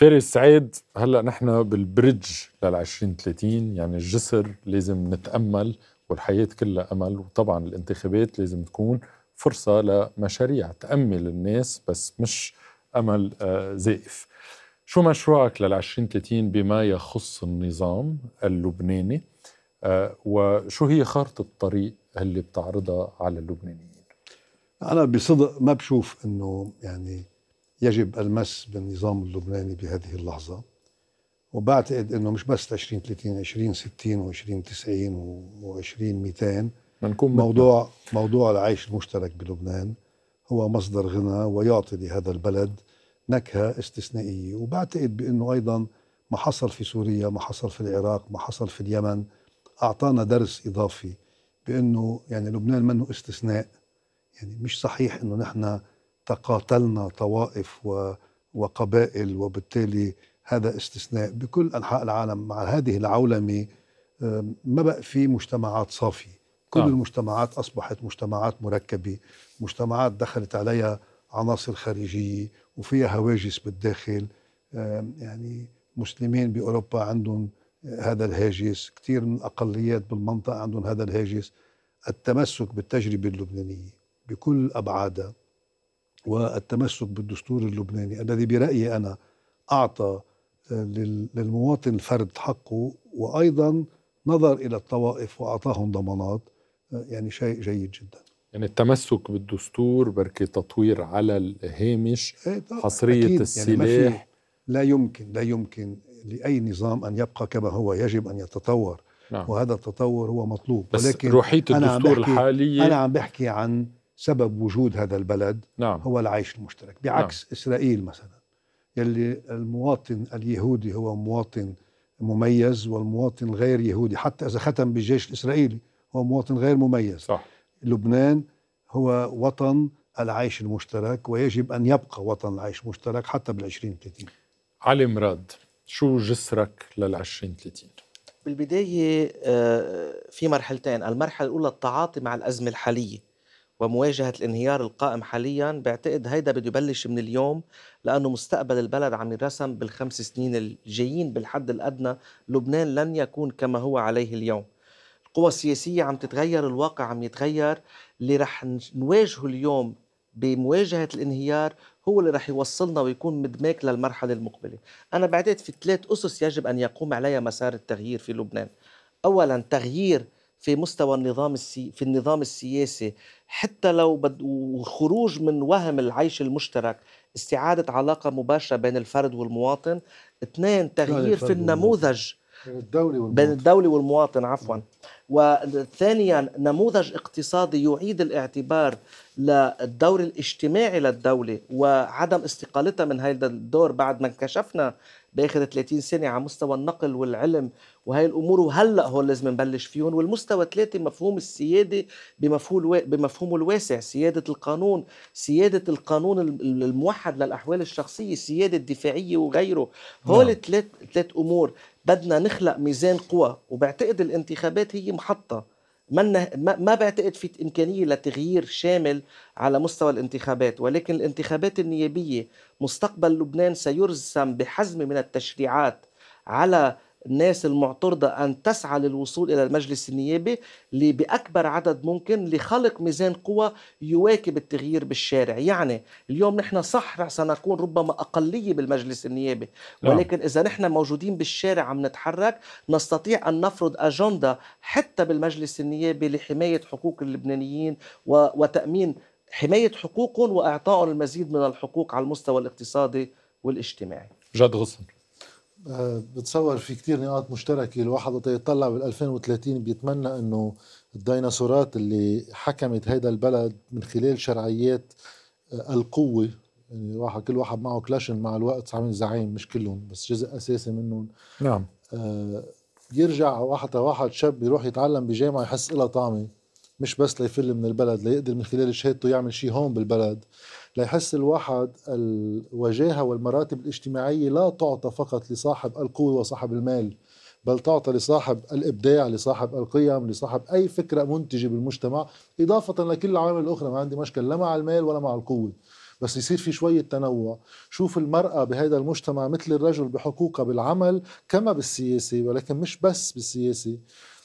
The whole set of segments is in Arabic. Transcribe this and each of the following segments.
فارس سعيد، هلأ نحن بالبريدج لل2030، يعني الجسر لازم نتأمل والحياة كلها أمل، وطبعا الانتخابات لازم تكون فرصة لمشاريع تأمل الناس بس مش أمل زائف. شو مشروعك لل2030 بما يخص النظام اللبناني، وشو هي خارطة الطريق اللي بتعرضها على اللبنانيين؟ أنا بصدق ما بشوف أنه يعني يجب المس بالنظام اللبناني بهذه اللحظة، وبعتقد أنه مش بس 2030 2060 و2090 و20 200. موضوع العيش المشترك بلبنان هو مصدر غنى ويعطي لهذا البلد نكهة استثنائية. وبعتقد بأنه أيضا ما حصل في سوريا، ما حصل في العراق، ما حصل في اليمن أعطانا درس إضافي بأنه يعني لبنان منه استثناء. يعني مش صحيح أنه نحن تقاتلنا طوائف وقبائل وبالتالي هذا استثناء. بكل أنحاء العالم مع هذه العولمة ما بقى في مجتمعات صافية. كل المجتمعات أصبحت مجتمعات مركبة، مجتمعات دخلت عليها عناصر خارجية وفيها هواجس بالداخل. يعني مسلمين بأوروبا عندهم هذا الهاجس، كثير من الأقليات بالمنطقة عندهم هذا الهاجس. التمسك بالتجربة اللبنانية بكل أبعادها والتمسك بالدستور اللبناني الذي برأيي أنا أعطى للمواطن الفرد حقه، وأيضا نظر إلى الطوائف وأعطاهم ضمانات، يعني شيء جيد جدا. يعني التمسك بالدستور، بركي تطوير على الهامش، حصرية أكيد. السلاح. يعني لا يمكن لأي نظام أن يبقى كما هو، يجب أن يتطور. نعم. وهذا التطور هو مطلوب، بس ولكن روحية الدستور الحالية أنا عم بحكي عن سبب وجود هذا البلد. نعم. هو العيش المشترك، بعكس إسرائيل مثلا، يلي المواطن اليهودي هو مواطن مميز، والمواطن الغير يهودي حتى إذا ختم بالجيش الإسرائيلي هو مواطن غير مميز. صح. لبنان هو وطن العيش المشترك، ويجب أن يبقى وطن العيش المشترك حتى بال2030. علي مراد، شو جسرك لل2030؟ بالبداية في مرحلتين. المرحلة الأولى التعاطي مع الأزمة الحالية ومواجهة الانهيار القائم حاليا. بعتقد هيدا بده يبلش من اليوم، لأنه مستقبل البلد عم يرسم بالخمس سنين الجايين. بالحد الأدنى لبنان لن يكون كما هو عليه اليوم. القوى السياسية عم تتغير، الواقع عم يتغير. اللي رح نواجهه اليوم بمواجهة الانهيار هو اللي رح يوصلنا ويكون مدماك للمرحلة المقبلة. أنا بعتقد في 3 أسس يجب أن يقوم عليها مسار التغيير في لبنان. أولا تغيير في مستوى في النظام السياسي، حتى لو وخروج من وهم العيش المشترك، استعادة علاقة مباشرة بين الفرد والمواطن. 2 تغيير في النموذج بين الدولة والمواطن عفوا. وثانيا نموذج اقتصادي يعيد الاعتبار للدور الاجتماعي للدولة وعدم استقالتها من هذا الدور بعد ما انكشفنا بآخر 30 سنة على مستوى النقل والعلم وهي الأمور، وهلأ هو لازم نبلش فيهم. والمستوى 3 مفهوم السيادة بمفهومه الواسع، سيادة القانون، سيادة القانون الموحد للأحوال الشخصية، السيادة الدفاعية وغيره. هول 3 أمور بدنا نخلق ميزان قوى. وبعتقد الانتخابات هي محطة. ما بعتقد في إمكانية لتغيير شامل على مستوى الانتخابات، ولكن الانتخابات النيابية مستقبل لبنان سيرسم بحزم من التشريعات على الناس المعترضة أن تسعى للوصول إلى المجلس النيابي بأكبر عدد ممكن لخلق ميزان قوى يواكب التغيير بالشارع. يعني اليوم نحن صح سنكون ربما أقلية بالمجلس النيابي، ولكن إذا نحن موجودين بالشارع عم نتحرك نستطيع أن نفرض أجندة حتى بالمجلس النيابي لحماية حقوق اللبنانيين وتأمين حماية حقوقهم وإعطائهم المزيد من الحقوق على المستوى الاقتصادي والاجتماعي. جاد غصن، بتصور في كتير نقاط مشتركة. الواحد وقت يطلع بال2030 بيتمنى انه الديناصورات اللي حكمت هيدا البلد من خلال شرعيات القوة، يعني كل واحد معه كلاشن مع الوقت عامل زعيم، مش كلهم بس جزء اساسي منهم. نعم. يرجع واحد شاب يروح يتعلم بجامعة يحس إلها طعمة، مش بس ليفل من البلد، ليقدر من خلال شهادته يعمل شيء هون بالبلد. ليحس الواحد الوجاهة والمراتب الاجتماعية لا تعطى فقط لصاحب القوة وصاحب المال، بل تعطى لصاحب الإبداع، لصاحب القيم، لصاحب أي فكرة منتجة بالمجتمع، إضافة لكل العوامل الأخرى. ما عندي مشكلة لا مع المال ولا مع القوة، بس يصير في شوية تنوع. شوف المرأة بهذا المجتمع مثل الرجل بحقوقها بالعمل كما بالسياسة، ولكن مش بس بالسياسة.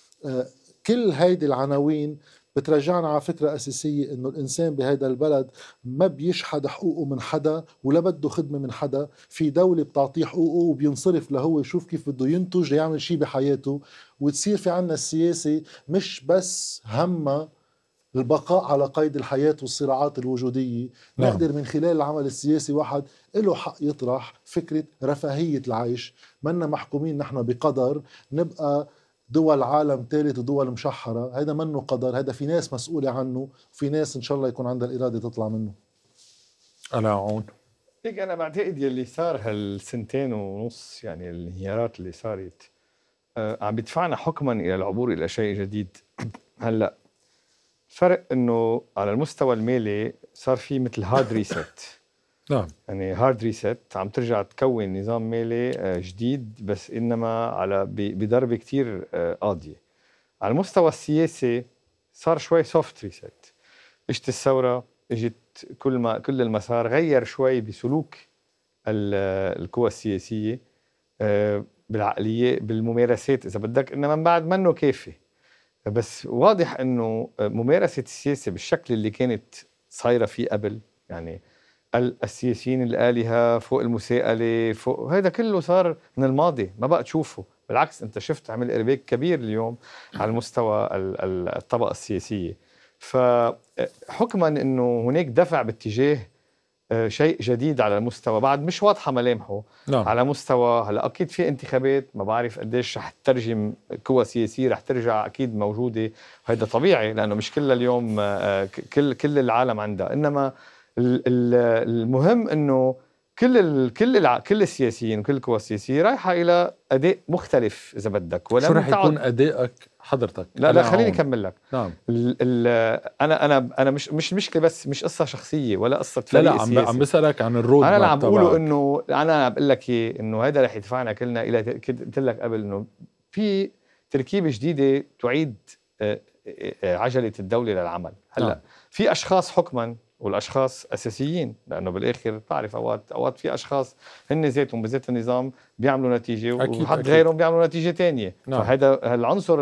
كل هيدي العناوين بترجعنا على فكرة أساسية إنه الإنسان بهذا البلد ما بيشحد حقوقه من حدا ولا بده خدمة من حدا. في دولة بتعطيه حقوقه وبينصرف لهو يشوف كيف بده ينتج ليعمل شيء بحياته. وتصير في عنا السياسة مش بس همها البقاء على قيد الحياة والصراعات الوجودية. نعم. نقدر من خلال العمل السياسي واحد له حق يطرح فكرة رفاهية العيش. منا محكومين نحن بقدر نبقى دول عالم ثالث ودول مشحرة. هذا منه قدر، هذا في ناس مسؤولة عنه، وفي ناس إن شاء الله يكون عندها الإرادة تطلع منه. أنا عون هيك أنا بعتقد يلي صار هالسنتين ونص، يعني الانهيارات اللي صارت عم بدفعنا حكما إلى العبور إلى شيء جديد. هلأ فرق إنه على المستوى المالي صار في مثل هارد ريست. نعم. يعني هارد ريست عم ترجع تكون نظام مالي جديد، بس إنما على بضربة كتير قاضية. على المستوى السياسي صار شوي سوفت ريست. اجت الثورة، اجت كل المسار غير شوي بسلوك القوى السياسية، بالعقلية بالممارسات إذا بدك، إنما من بعد منه كافي. بس واضح إنه ممارسة السياسة بالشكل اللي كانت صايرة فيه قبل، يعني السياسيين الآلهة فوق المساءلة فوق هذا كله صار من الماضي، ما بقى تشوفه. بالعكس أنت شفت عمل إرباك كبير اليوم على المستوى الطبقة السياسية. فحكما أنه هناك دفع باتجاه شيء جديد على المستوى بعد مش واضحة ملامحه. نعم. على مستوى هلا أكيد في انتخابات، ما بعرف قديش رح تترجم قوى سياسية، رح ترجع أكيد موجودة، وهذا طبيعي لأنه مش كل اليوم كل العالم عندها. إنما المهم انه كل السياسيين وكل القوى السياسيه رايحه الى اداء مختلف اذا بدك. شو رح يكون ادائك حضرتك؟ لا خليني اكمل لك. نعم. انا مش مشكله، بس مش قصه شخصيه ولا قصه فريق سياسي. عم بسالك عن الرود. انا اللي عم بقوله انه انا بقول لك انه هذا رح يدفعنا كلنا الى، قلت لك قبل انه في تركيبه جديده تعيد عجله الدوله للعمل. هلا في اشخاص حكما، والاشخاص اساسيين، لانه بالاخر بتعرف اوقات في اشخاص هن ذاتهم بذات النظام بيعملوا نتيجه، وحد غيرهم بيعملوا نتيجه ثانيه. فهذا العنصر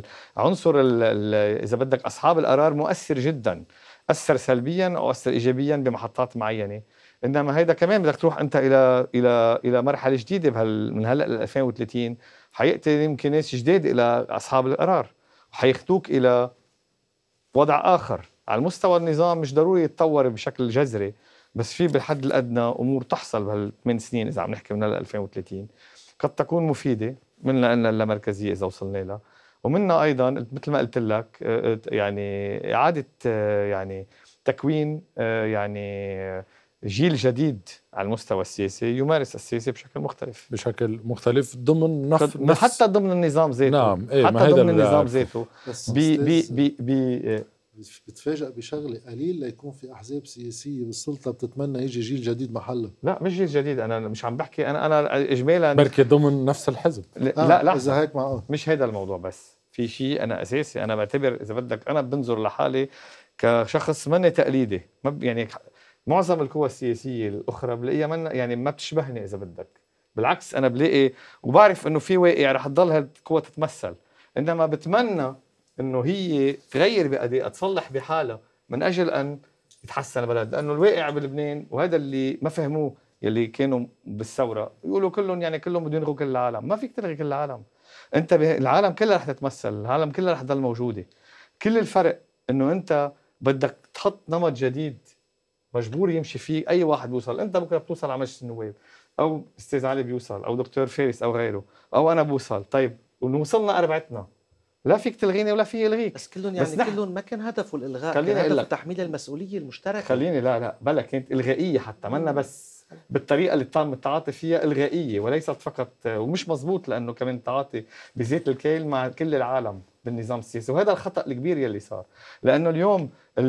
اذا بدك اصحاب القرار مؤثر جدا، اثر سلبيا او اثر ايجابيا بمحطات معينه. انما هيدا كمان بدك تروح انت الى مرحله جديده من هلا ل 2030، حياتي يمكن ناس جداد الى اصحاب القرار، وحياخذوك الى وضع اخر. على المستوى النظام مش ضروري يتطور بشكل جذري، بس في بالحد الادنى امور تحصل بهال8 سنين اذا عم نحكي من هلا 2030 قد تكون مفيده، منها ان اللامركزيه اذا وصلنا لها، ومنها ايضا مثل ما قلت لك يعني اعاده يعني تكوين يعني جيل جديد على المستوى السياسي يمارس السياسه بشكل مختلف ضمن نفس حتى ضمن النظام ذاته. نعم. حتى ضمن النظام ذاته بتفاجأ بشغله قليل ليكون في احزاب سياسيه بالسلطه بتتمنى يجي جيل جديد محلها. لا مش جيل جديد، انا مش عم بحكي انا اجمالا بركي ضمن نفس الحزب. لا اذا هيك معقول مش هذا الموضوع. بس في شيء انا اساسي، انا بعتبر اذا بدك انا بنظر لحالي كشخص ماني تقليدي، يعني معظم القوى السياسيه الاخرى بلاقيها يعني ما بتشبهني اذا بدك. بالعكس انا بلاقي وبعرف انه في واقع رح تضل هالقوى تتمثل، انما بتمنى انه هي تغير بأدائها، تصلح بحالها من اجل ان يتحسن البلد. لانه الواقع بلبنان، وهذا اللي ما فهموه يلي كانوا بالثوره، يقولوا كلهم بدهم يلغوا كل العالم. ما فيك تلغي كل العالم، انت العالم كلها رح تتمثل، العالم كلها رح تضل موجوده. كل الفرق انه انت بدك تحط نمط جديد مجبور يمشي فيه اي واحد بيوصل. انت بكره بتوصل على مجلس النواب، او استاذ علي بيوصل، او دكتور فارس او غيره، او انا بوصل. طيب ونوصلنا اربعتنا، لا فيك تلغيني ولا في يلغيك. بس كلهم يعني كلهم ما كان هدفه الالغاء، كان هدفه تحميل المسؤوليه المشتركه. خليني لا بلا كانت الغائيه حتى، منا بس بالطريقه اللي تم التعاطي فيها الغائيه وليست فقط، ومش مزبوط لانه كمان تعاطي بذات الكيل مع كل العالم بالنظام السياسي. وهذا الخطا الكبير يلي صار، لانه اليوم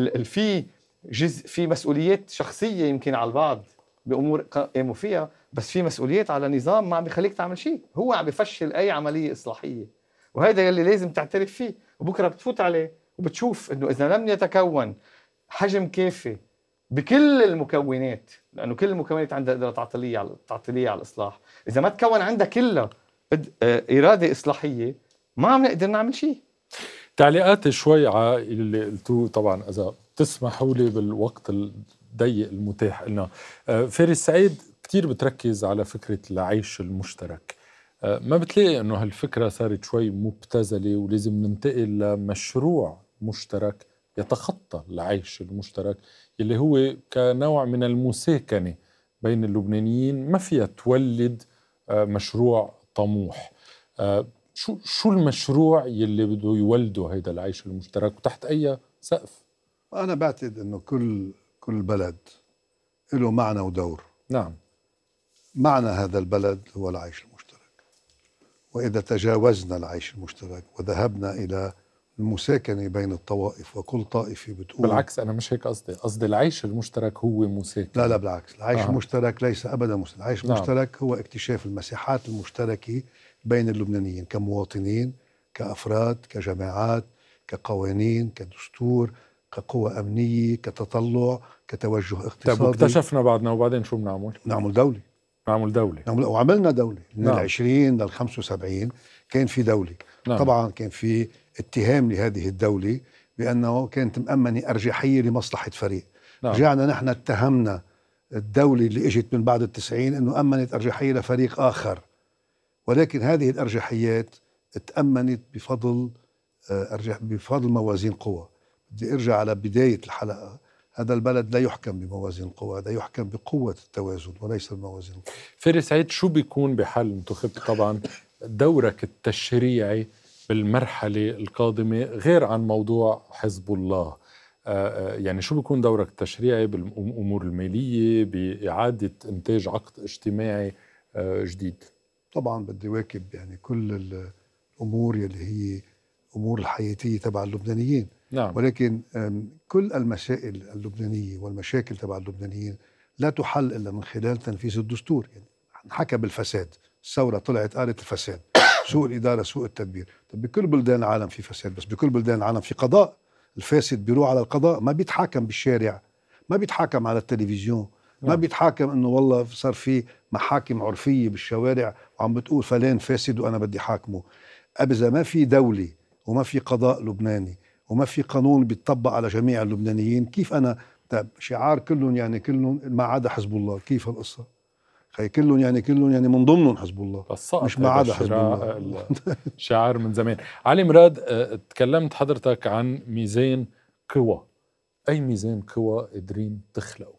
في مسؤوليات شخصيه يمكن على البعض بامور قاموا فيها، بس في مسؤوليات على نظام ما عم بيخليك تعمل شيء، هو عم بفشل اي عمليه اصلاحيه. وهذا يلي لازم تعترف فيه، وبكره بتفوت عليه وبتشوف انه اذا لم يتكون حجم كافي بكل المكونات، لانه كل المكونات عندها قدره تعطيليه على الاصلاح. اذا ما تكون عندها كلها اراده اصلاحيه ما عم نقدر نعمل شيء. تعليقاتي شوي على اللي قلتوه، طبعا اذا تسمحوا لي بالوقت الضيق المتاح لنا. فارس سعيد كتير بتركز على فكرة العيش المشترك. ما بتلاقي انه هالفكرة صارت شوي مبتذلة ولازم ننتقل لمشروع مشترك يتخطى العيش المشترك اللي هو كنوع من المساكنة بين اللبنانيين، ما فيها تولد مشروع طموح. شو المشروع يلي بده يولده هيدا العيش المشترك وتحت أي سقف؟ أنا بعتقد إنه كل بلد له معنى ودور. نعم. معنى هذا البلد هو العيش المشترك، وإذا تجاوزنا العيش المشترك وذهبنا إلى المساكنة بين الطوائف وكل طائفة بتقول، بالعكس أنا مش هيك قصدي العيش المشترك هو مساكنة. لا بالعكس، العيش المشترك ليس أبدا مساكنة. العيش المشترك هو اكتشاف المساحات المشتركة بين اللبنانيين كمواطنين، كأفراد، كجماعات، كقوانين، كدستور، كقوة أمنية، كتطلع، كتوجه اقتصادي. طيب واكتشفنا بعدنا وبعدين شو بنعمل؟ نعمل دولة. وعملنا دولة من نعم. 20 لل 75 كان في دولة. نعم. طبعا كان في اتهام لهذه الدولة بأنه كانت مأمنة أرجحية لمصلحة فريق. نعم. رجعنا نحن اتهمنا الدولة اللي اجت من بعد ال90 أنه أمنت أرجحية لفريق آخر، ولكن هذه الأرجحيات تأمنت بفضل موازين قوى. بدي أرجع على بداية الحلقة، هذا البلد لا يحكم بموازين القوى، هذا يحكم بقوة التوازن وليس بموازين القوى. فارس سعيد، شو بيكون بحال انتخبت طبعا دورك التشريعي بالمرحلة القادمة غير عن موضوع حزب الله؟ يعني شو بيكون دورك التشريعي بالأمور المالية بإعادة إنتاج عقد اجتماعي جديد؟ طبعا بدي واكب يعني كل الأمور يلي هي أمور الحياتية تبع اللبنانيين. نعم. ولكن كل المسائل اللبنانية والمشاكل تبع اللبنانيين لا تحل إلا من خلال تنفيذ الدستور. يعني حكى بالفساد، الثورة طلعت قالت الفساد، سوء الإدارة، سوء التدبير. طب بكل بلدان العالم في فساد، بس بكل بلدان العالم في قضاء. الفاسد بيروح على القضاء، ما بيتحاكم بالشارع، ما بيتحاكم على التلفزيون، ما بيتحاكم انه والله صار في محاكم عرفية بالشوارع وعم بتقول فلان فاسد وانا بدي حاكمه. إذا ما في دولة وما في قضاء لبناني وما في قانون بيتطبق على جميع اللبنانيين، كيف أنا شعار كلهم يعني كلهم ما عدا حزب الله؟ كيف هالقصة؟ خي كلهم يعني من ضمنهم حزب الله، مش ما عدا حزب الله. شعار من زمان. علي مراد، تكلمت حضرتك عن ميزان قوى. أي ميزان قوى قادرين تخلقوا؟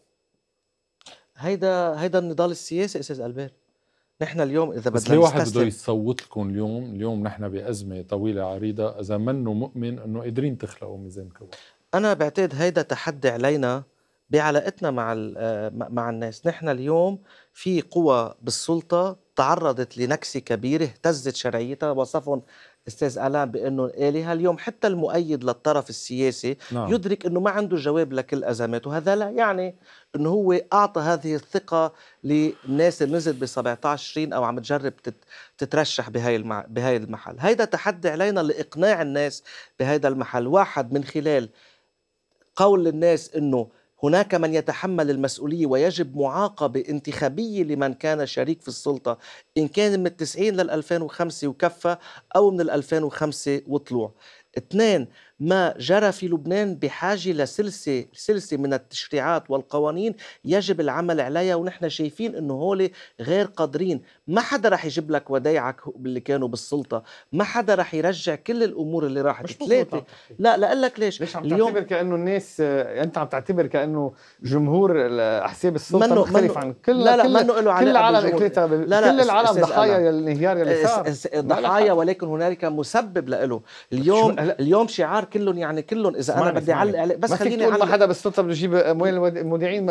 هيدا النضال السياسي أستاذ ألبير. نحن اليوم إذا بدنا ليه واحد بده يصوت لكم اليوم نحن بأزمة طويلة عريضة إذا منه مؤمن أنه قادرين تخلقوا ميزان قوى؟ أنا بعتقد هيدا تحدي علينا بعلاقتنا مع الناس. نحن اليوم في قوى بالسلطة تعرضت لنكسة كبيرة اهتزت شرعيتها، وصفهم أستاذ ألان بأنه آلهة. اليوم حتى المؤيد للطرف السياسي نعم. يدرك أنه ما عنده جواب لكل أزمات، وهذا لا يعني أنه هو أعطى هذه الثقة للناس اللي نزلت ب 17 أو عم تجرب تترشح بهاي المحل. هيدا تحدي علينا لإقناع الناس بهيدا المحل. واحد، من خلال قول للناس أنه هناك من يتحمل المسؤولية ويجب معاقبة انتخابية لمن كان شريك في السلطة، إن كان من 90 لل 2005 وكفى أو من 2005 وطلوع. 2، ما جرى في لبنان بحاجة لسلسلة من التشريعات والقوانين يجب العمل عليها، ونحن شايفين انه هول غير قادرين. ما حدا رح يجيب لك ودايعك اللي كانوا بالسلطة، ما حدا رح يرجع كل الامور اللي راحت. 3، لا لأقول لك ليش عم تعتبر كأنه الناس، انت عم تعتبر كأنه جمهور احزاب السلطة مختلف عن كل العالم اكلتها، كل العالم ضحايا الانهيار اللي صار، ضحايا، ولكن هنالك مسبب له. اليوم شعار كلهم يعني كلهم. اذا انا بدي اعلق عليه بس خليني اعلق. ما حدا بالسلطه بده يجيب اموال المودعين،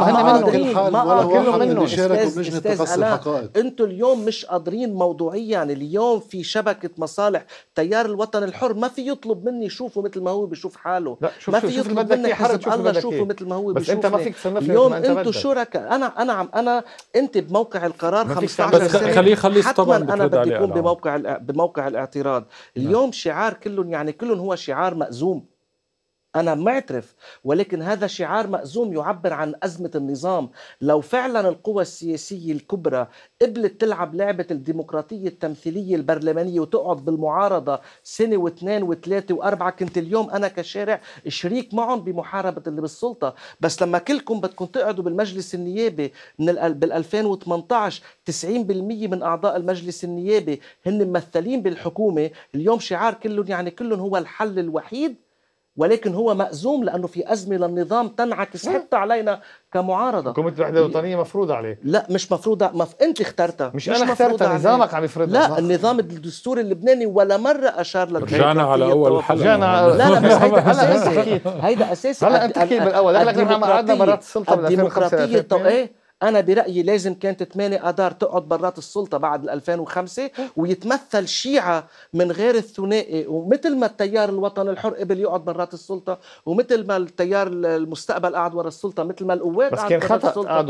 كلهم منهم يشاركوا بلجنه تقصي الحقائق. انتم اليوم مش قادرين موضوعيا. اليوم في شبكه مصالح. تيار الوطن الحر ما في يطلب مني شوفه مثل ما هو بيشوف حاله، ما في يطلب مني حزب الله شوفه مثل ما هو بيشوف. بس انت ما فيك تصنفني. اليوم انتم شركاء. انا انت بموقع القرار 15 سنه، حتما انا بدي اكون بموقع الاعتراض. اليوم شعار كلهم يعني كلهم هو شعار مأزوم. أنا معترف، ولكن هذا شعار مأزوم يعبر عن أزمة النظام. لو فعلا القوى السياسية الكبرى قبلت تلعب لعبة الديمقراطية التمثيلية البرلمانية وتقعد بالمعارضة سنة واثنين وثلاثة وأربعة، كنت اليوم أنا كشارع شريك معهم بمحاربة اللي بالسلطة. بس لما كلكم بدكم تقعدوا بالمجلس النيابي بال 2018 90% من أعضاء المجلس النيابي هن ممثلين بالحكومة، اليوم شعار كلهم يعني كلهم هو الحل الوحيد، ولكن هو مأزوم لأنه في أزمة للنظام تنعكس حتى علينا كمعارضة. حكومة الوحدة الوطنية مفروضة عليه. لا مش مفروضة، أنت اخترتها، مش أنا اخترتها، نظامك عم يفرضها. لا النظام الدستوري اللبناني ولا مرة أشار رجعنا على أول حلقة. لا بس هيدا أساسي، هيدا أساسي. هلا أنت تحكي بالأول، لك نحن قعدنا برات السلطة بال 2005 إيه؟ أنا برأيي لازم كانت 8 آذار تقعد برات السلطة بعد 2005 ويتمثل شيعة من غير الثنائي، ومثل ما التيار الوطني الحر قبل يقعد برات السلطة، ومثل ما التيار المستقبل قعد ورا السلطة، مثل ما القوات بس قعد كان برات خطأ السلطة. قعدوا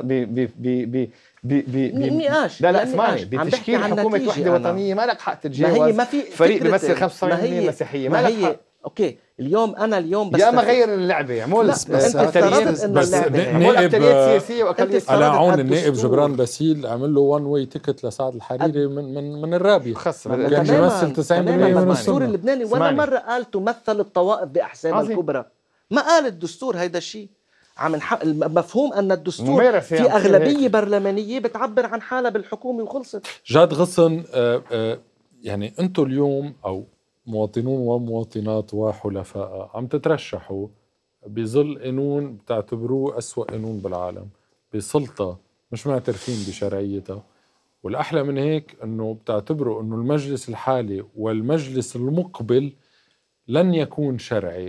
نقاش. لا اسمعني، بتشكيل حكومة وحدة وطنية ما لك حق تتجاوز. ما هي ما في فريق بيمثل 75% ما مسيحية، ما لك حق. اوكي اليوم بس يا اما غير اللعبه، اعمل انت افترضت انه اعمل اقليات سياسيه واقليات على عون النائب جبران باسيل عمل له وان واي تيكت لسعد الحريري من الرابيه، كان يمثل 90% من الدستور اللبناني ولا مره قال تمثل الطوائف باحزابها الكبرى، ما قال الدستور هيدا الشيء. عم مفهوم ان الدستور في اغلبيه برلمانيه بتعبر عن حالها بالحكومه وخلصت. جاد غصن يعني انتم اليوم او مواطنون ومواطنات وحلفاء عم تترشحوا بظل قانون بتعتبروه أسوأ قانون بالعالم، بسلطة مش معترفين بشرعيتها، والأحلى من هيك أنه بتعتبروا أنه المجلس الحالي والمجلس المقبل لن يكون شرعي.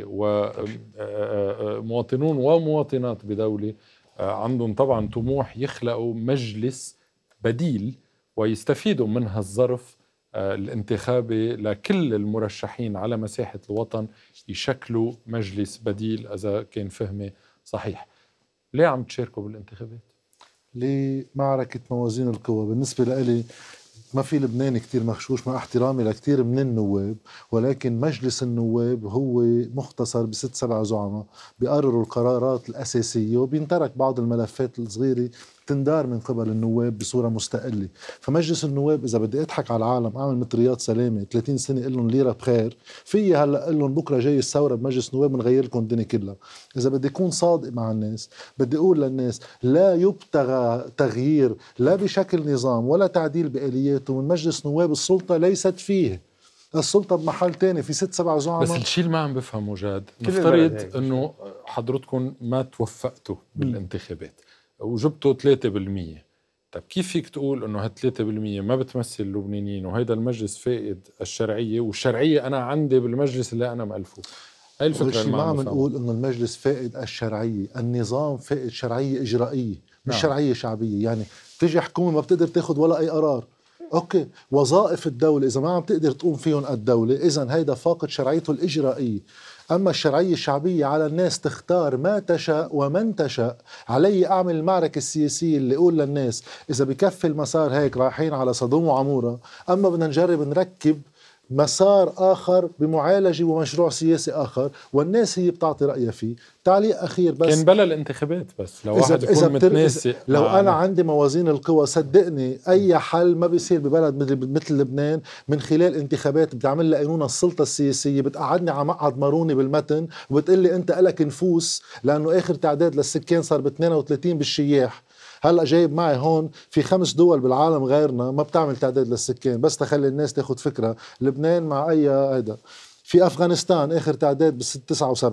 ومواطنون ومواطنات بدولة عندهم طبعا طموح يخلقوا مجلس بديل ويستفيدوا من هالظرف الانتخابي لكل المرشحين على مساحة الوطن، يشكلوا مجلس بديل إذا كان فهمي صحيح. ليه عم تشاركوا بالانتخابات؟ لمعركة موازين القوى. بالنسبة لي ما في لبنان كتير مغشوش مع احترامي لكتير من النواب، ولكن مجلس النواب هو مختصر ب6-7 زعماء بيقرروا القرارات الأساسية، وبينترك بعض الملفات الصغيرة تندار من قبل النواب بصورة مستقلة. فمجلس النواب إذا بدي أضحك على العالم أعمل مثل رياض سلامة 30 سنة قل لهم ليرة بخير، في هلا قل لهم بكرة جاي الثورة بمجلس النواب بنغير لكم الدنيا كلها. إذا بدي أكون صادق مع الناس بدي أقول للناس لا يبتغى تغيير لا بشكل نظام ولا تعديل بآلياته من مجلس نواب. السلطة ليست فيه، السلطة بمحل تاني في 6-7 زعماء. بس الشيء اللي ما عم بفهمه جاد، نفترض انه حضرتكم ما توفقتوا بالانتخابات وجبتوا 3%، طب كيف فيك تقول انه هال 3% ما بتمثل اللبنانيين وهيدا المجلس فائد الشرعية، والشرعية انا عندي بالمجلس اللي انا مألفه؟ هاي الفكرة اللي ما عم نقول انه المجلس فائد الشرعية، النظام فائد شرعية إجرائية مش شرعية شعبية. يعني تيجي حكومة ما بتقدر تاخد ولا أي قرار، اوكي وظائف الدولة إذا ما عم تقدر تقوم فيهم الدولة إذن هيدا فاقد شرعيته الإجرائية. أما الشرعية الشعبية على الناس تختار ما تشاء ومن تشاء. علي أعمل المعركة السياسية اللي أقول للناس إذا بكفي المسار هيك رايحين على صدوم وعمورة، أما بدنا نجرب نركب مسار آخر بمعالجة ومشروع سياسي آخر والناس هي بتعطي رأيها فيه. تعليق أخير بس، كان بلا الانتخابات بس لو واحد يكون متناسق. لو أنا عندي موازين القوى صدقني أي حل ما بيصير ببلد مثل لبنان من خلال انتخابات بتعمل لي قانون السلطة السياسية، بتقعدني على مقعد ماروني بالمتن وبتقلي أنت إلك نفوس، لأنه آخر تعداد للسكان صار ب32 بالشياح. هلأ جايب معي هون في 5 دول بالعالم غيرنا ما بتعمل تعداد للسكان، بس تخلي الناس تاخد فكرة. لبنان مع أي هيدا، في أفغانستان آخر تعداد بال79،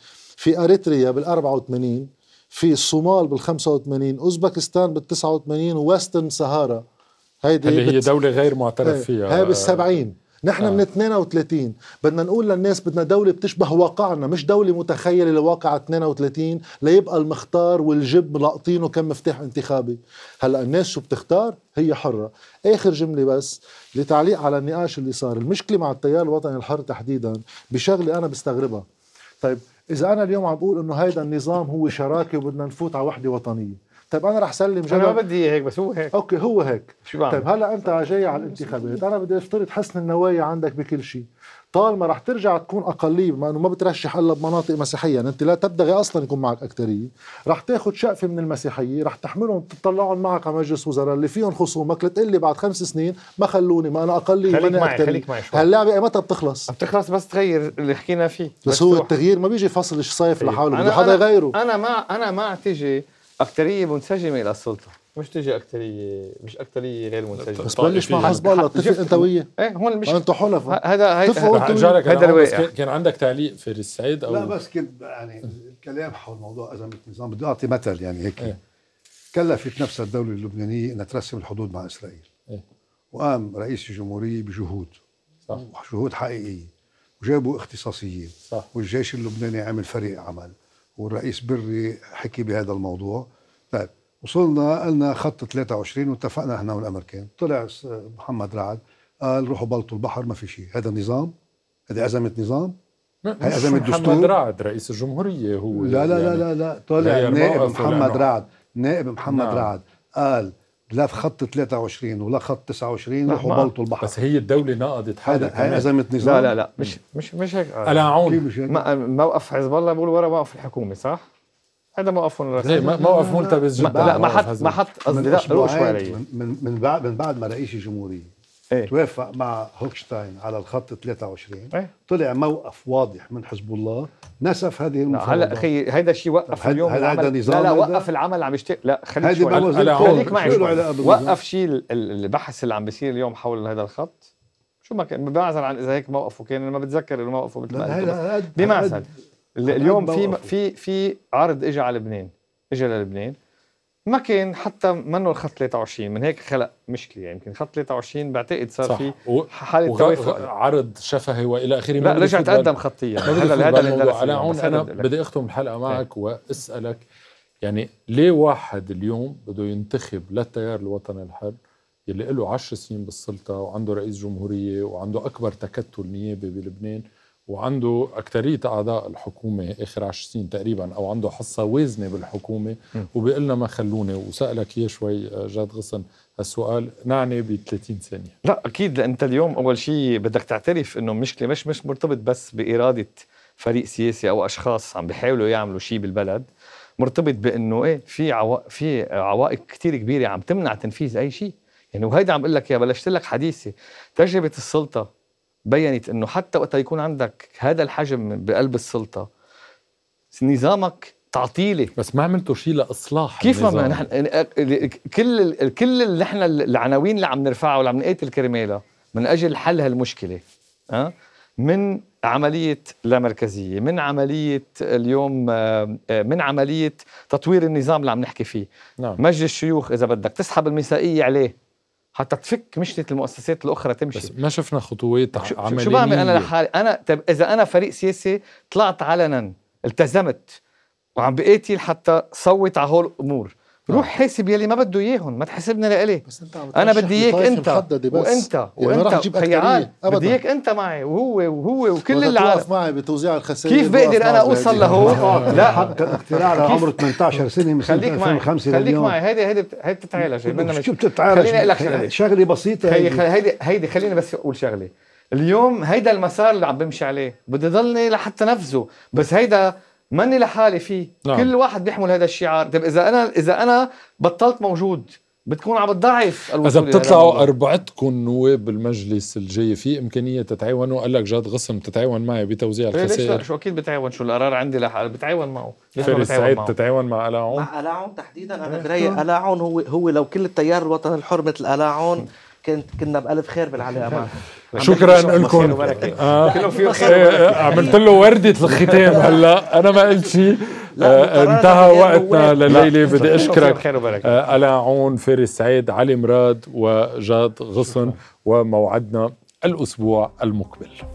في أريتريا بال84، في الصومال بال85، أوزبكستان بال89، وويسترن سهارا اللي هي دولة غير معترف فيها هاي بال70. نحن من 32 بدنا نقول للناس بدنا دولة بتشبه واقعنا، مش دولة متخيلة لواقع 32 ليبقى المختار والجب لاقطينه كم مفتاح انتخابي. هلأ الناس شو بتختار هي حرة. آخر جملة بس لتعليق على النقاش اللي صار. المشكلة مع التيار الوطني الحر تحديدا بشغلة أنا بستغربها. طيب إذا أنا اليوم عم بقول إنه هيدا النظام هو شراكة وبدنا نفوت على وحدة وطنية، طيب انا رح سلم انا ما جبل. بدي إياه هيك، بس هو هيك. اوكي هو هيك. شو بعمل؟ طيب هلا انت جاي على الانتخابات، انا بدي افترض حسن النوايا عندك بكل شيء، طالما رح ترجع تكون اقليه بما انه ما بترشح الا بمناطق مسيحيه، انت لا تبتغي اصلا يكون معك اكثريه، رح تاخذ شقفه من المسيحيه، رح تحملهم تطلعهم معك على مجلس وزراء اللي فيهم خصومك لتقول لي بعد 5 سنين ما خلوني، ما انا اقليه خليك ماني معي، اكثريه. خليك معي شوي. هاللعبه متى بتخلص؟ بتخلص بس تغير اللي حكينا فيه. بس هو تروح. التغيير ما بيجي فصل الصيف لحاله، بده أنا- حدا أنا- يغيره. انا مع تيجي اكثريه منسجمه الى السلطه، مش تيجي اكثريه، مش اكثريه غير منسجمه. بس بلش مع حزب الله، اتفق انت وياه. ايه هون المشكله. انتوا حلفاء. هذا اتفقوا رح انتوا ارجع لك هذا أنا بس الواقع. كان عندك تعليق فارس السعيد او لا بس كنت يعني الكلام حول موضوع أزمة النظام، بدي أعطي مثل يعني هيك. إيه. كلفت نفسها الدولة اللبنانية أنها ترسم الحدود مع إسرائيل. إيه. وقام رئيس الجمهورية بجهود، صح جهود حقيقية، وجابوا اختصاصيين، صح والجيش اللبناني عمل فريق عمل، والرئيس بري حكي بهذا الموضوع. طيب وصلنا قلنا خط 23 واتفقنا احنا والامريكان، طلع محمد رعد قال روحوا بلطوا البحر، ما في شيء، هذا نظام، هذه أزمة نظام. هي أزمة محمد دستور. رعد رئيس الجمهورية هو لا لا يعني لا لا طلع غير نائب موقفه محمد لأنه- رعد، نائب محمد نعم. رعد قال لا خط 23 ولا خط 29 لا، روحوا ما- بلطوا البحر. بس هي الدولة ناقضت هذا حالها هي كمان. أزمة نظام. لا مش هيك. ألا كيف عون مش هيك؟ موقف حزب الله بقول ورا موقف الحكومه، صح؟ هذا موقفهم زي الرسمي. موقف ملتبس جدا. لا ما موقف حط هزل. ما حط قصدي من لا روق شوي أسبوعين علي. من بعد ما رئيس الجمهورية ايه توافق مع هوكشتاين على الخط 23 ايه طلع موقف واضح من حزب الله نسف هذه لا، المفاوضات. هلا اخي هيدا شيء وقف هل- اليوم هل هذا العمل. نظام لا هذا؟ وقف العمل اللي عم يشتغل. لا خليك هذه شوي. بوظت هلا كل- خليك معي شو له شوي. علاقة بالنظام؟ وقف شيء البحث اللي عم بيصير اليوم حول هذا الخط. شو ما كان بعزل عن اذا هيك موقفه كان، انا ما بتذكر انه موقفه مثل ما لا، قلت، بس هذا- هذا- بمعزل. اليوم موقفه. في عرض اجى على لبنان، اجى للبنان ما كان حتى منه الخط 23، من هيك خلق مشكله. يعني يمكن خط 23 بعتقد صار صح في و- حاله توافق. عرض شفهي والى اخره. لا ما رجع بدي أفوت تقدم خطيا. ما بدي هذا أفوت هذا اللي بالموضوع. اندرس على اليوم، عون بس هذا انا بدي أقول لك. بدي اختم الحلقه معك واسالك، يعني ليه واحد اليوم بده ينتخب للتيار الوطني الحر يلي له 10 سنين بالسلطه وعنده رئيس جمهوريه وعنده اكبر تكتل نيابي بلبنان وعنده أكترية أعضاء الحكومة آخر 10 سنين تقريبا، أو عنده حصة وازنة بالحكومة، وبيقول لنا ما خلوني. وسألك إياه شوي جاد غصن هالسؤال، نعني ب 30 ثانية. لا اكيد، انت اليوم اول شيء بدك تعترف انه المشكله مش مرتبط بس باراده فريق سياسي او اشخاص عم بيحاولوا يعملوا شيء بالبلد، مرتبط بانه ايه في عوائق كتير كبيره عم تمنع تنفيذ اي شيء. يعني وهيدا عم اقول لك يا بلشت لك حديثي، تجربه السلطه بينت انه حتى وقت يكون عندك هذا الحجم بقلب السلطه نظامك تعطيلي. بس ما عملتوا شيء لإصلاح كيف ما النظام. نحن كل اللي نحن العناوين اللي عم نرفعها واللي عم نقاتل كرمالها من اجل حل هالمشكله، من عمليه لا مركزيه، من عمليه اليوم من عمليه تطوير النظام اللي عم نحكي فيه. نعم. مجلس الشيوخ اذا بدك تسحب الميثاقيه عليه حتى تفك مشكله المؤسسات الاخرى تمشي. بس ما شفنا خطوات عملية. شو بعمل انا لحالي؟ انا طيب اذا انا فريق سياسي طلعت علنا التزمت وعم بقاتل حتى صوت على هول الامور، روح حاسب يلي ما بده اياهم، ما تحسبني لإلي. بس انت عم انا ترشح بدي اياك لطائفة انت محددة بس. وانت يعني ما راح تجيب أكترية أبداً. بدي اياك انت معي وهو وكل وإذا العالم. توقف معي بتوزيع الخسائر كيف بقدر انا اوصل لهو؟ لا حق الاختراع لعمره 18 سنه من سنه خليك معي 2005 خليك لليوم. معي. هيدي بتتعالج. شو بتتعالج؟ خليني اقول لك شغله، شغله بسيطه هيدي خليني بس اقول شغله. اليوم هيدا المسار اللي عم بمشي عليه بدي ضلني لحتى نفذه، بس هيدا ماني لحالي فيه. نعم. كل واحد بيحمل هذا الشعار. طيب اذا انا بطلت موجود بتكون عم بتضعف إذا الوصول بتطلعوا أربعتكم نواب بالمجلس الجاي في إمكانية تتعاونوا؟ قال لك جاد غصن تتعاون معي بتوزيع ليش لا؟ الخسائر. شو اكيد بتعاون، شو القرار عندي لحال بتعاون معه. ليش ما فارس بتعاون سعيد معه؟ تتعاون مع ألاعون؟ مع ألاعون تحديدا انا برايي ألاعون هو لو كل التيار الوطني الحر مثل ألاعون كنا بألف خير بالعلاقه معه. شكرا لكم. كلهم فيه خير. عملت له وردة الختام هلا، أنا ما قلت شيء. انتهى وقتنا لليلة. بدي أشكرك ألاعون، فارس سعيد، علي مراد وجاد غصن، وموعدنا الأسبوع المقبل.